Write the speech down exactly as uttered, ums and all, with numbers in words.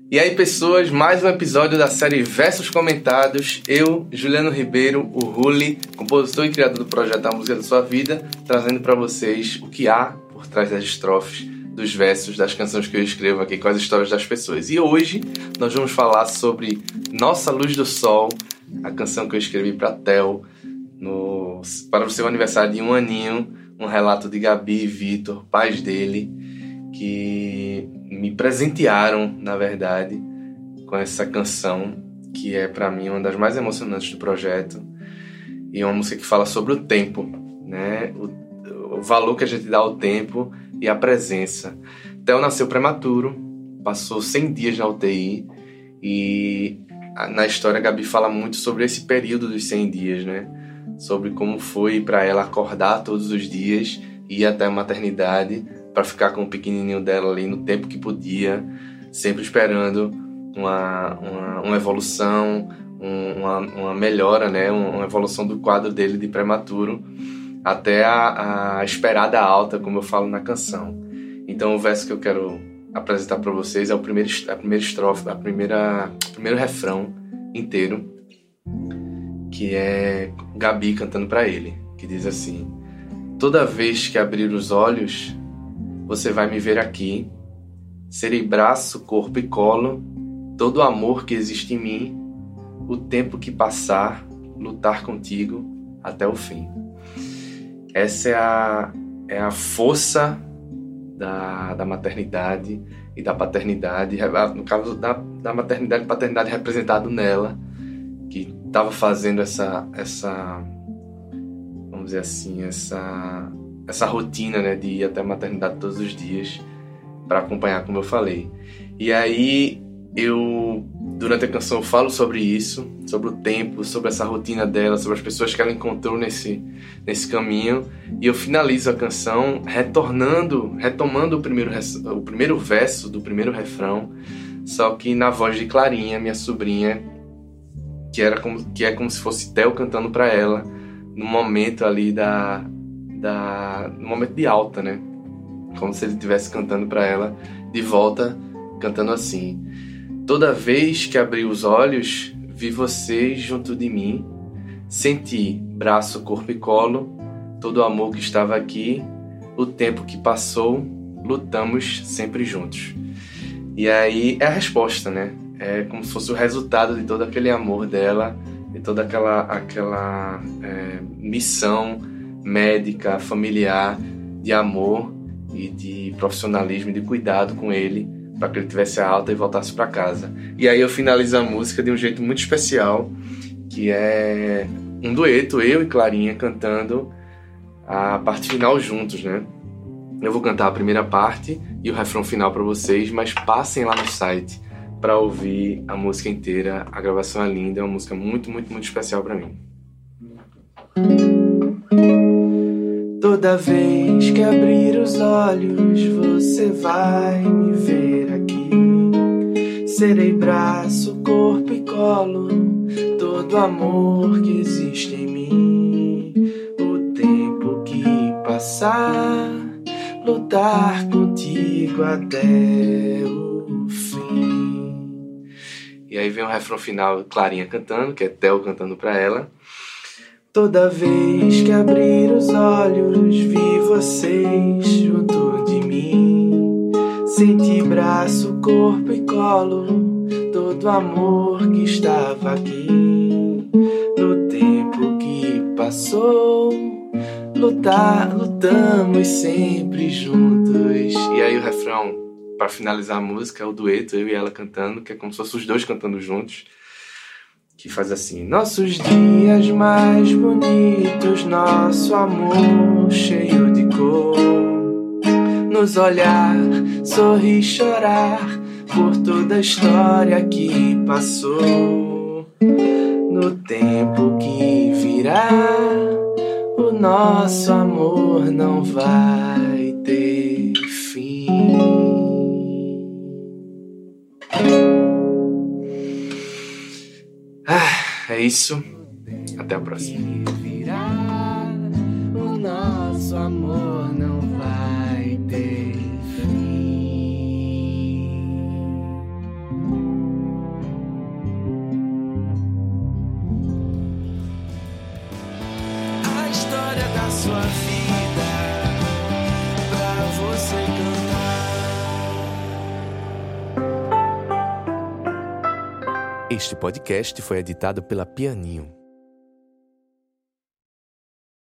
E aí, pessoas, mais um episódio da série Versos Comentados. Eu, Juliano Ribeiro, o Ruli, compositor e criador do projeto A Música da Sua Vida, trazendo para vocês o que há por trás das estrofes, dos versos, das canções que eu escrevo aqui com as histórias das pessoas. E hoje nós vamos falar sobre Nossa Luz do Sol, a canção que eu escrevi para Theo, no, para o seu aniversário de um aninho, um relato de Gabi e Vitor, pais dele, que me presentearam, na verdade, com essa canção, que é para mim uma das mais emocionantes do projeto, e é uma música que fala sobre o tempo, né? o, o valor que a gente dá ao tempo e a presença. Theo nasceu prematuro, passou cem dias na U T I, e na história a Gabi fala muito sobre esse período dos cem dias, né? Sobre como foi para ela acordar todos os dias, ir até a maternidade, para ficar com o pequenininho dela ali no tempo que podia, sempre esperando uma, uma, uma evolução, um, uma, uma melhora, né? Uma evolução do quadro dele de prematuro, até a, a esperada alta, como eu falo na canção. Então o verso que eu quero apresentar para vocês é o primeiro, a primeira estrofe, a primeira, o primeiro refrão inteiro, que é Gabi cantando para ele, que diz assim: toda vez que abrir os olhos, você vai me ver aqui, serei braço, corpo e colo, todo o amor que existe em mim, o tempo que passar, lutar contigo até o fim. Essa é a, é a força da, da maternidade e da paternidade, no caso da, da maternidade e paternidade representado nela, que estava fazendo essa, essa, vamos dizer assim, essa... essa rotina, né, de ir até a maternidade todos os dias para acompanhar, como eu falei. E aí eu, durante a canção, eu falo sobre isso, sobre o tempo, sobre essa rotina dela, sobre as pessoas que ela encontrou nesse, nesse caminho, e eu finalizo a canção retornando, retomando o primeiro, o primeiro verso do primeiro refrão, só que na voz de Clarinha, minha sobrinha, que, era como, que é como se fosse Theo cantando para ela, no momento ali da... Da, no momento de alta, né? Como se ele estivesse cantando para ela de volta, cantando assim: toda vez que abri os olhos, vi você junto de mim, senti braço, corpo e colo, todo o amor que estava aqui, o tempo que passou, lutamos sempre juntos. E aí é a resposta, né? É como se fosse o resultado de todo aquele amor dela, de toda aquela, aquela é, missão médica, familiar, de amor e de profissionalismo e de cuidado com ele, para que ele tivesse a alta e voltasse para casa. E aí eu finalizo a música de um jeito muito especial, que é um dueto, eu e Clarinha cantando a parte final juntos, né? Eu vou cantar a primeira parte e o refrão final para vocês, mas passem lá no site para ouvir a música inteira. A gravação é linda, é uma música muito, muito, muito especial para mim. Toda vez que abrir os olhos, você vai me ver aqui. Serei braço, corpo e colo, todo amor que existe em mim. O tempo que passar, lutar contigo até o fim. E aí vem o refrão final, Clarinha cantando, que é Theo cantando pra ela. Toda vez que abrir os olhos, vi vocês junto de mim. Senti braço, corpo e colo, todo amor que estava aqui. No tempo que passou, lutar, lutamos sempre juntos. E aí o refrão, para finalizar a música, é o dueto, eu e ela cantando, que é como se fossem os dois cantando juntos, que faz assim: nossos dias mais bonitos, nosso amor cheio de cor, nos olhar, sorrir, chorar por toda a história que passou. No tempo que virá, o nosso amor não vai ter fim. Ah, é isso. Até a próxima. O nosso amor não vai ter fim. Este podcast foi editado pela Pianinho.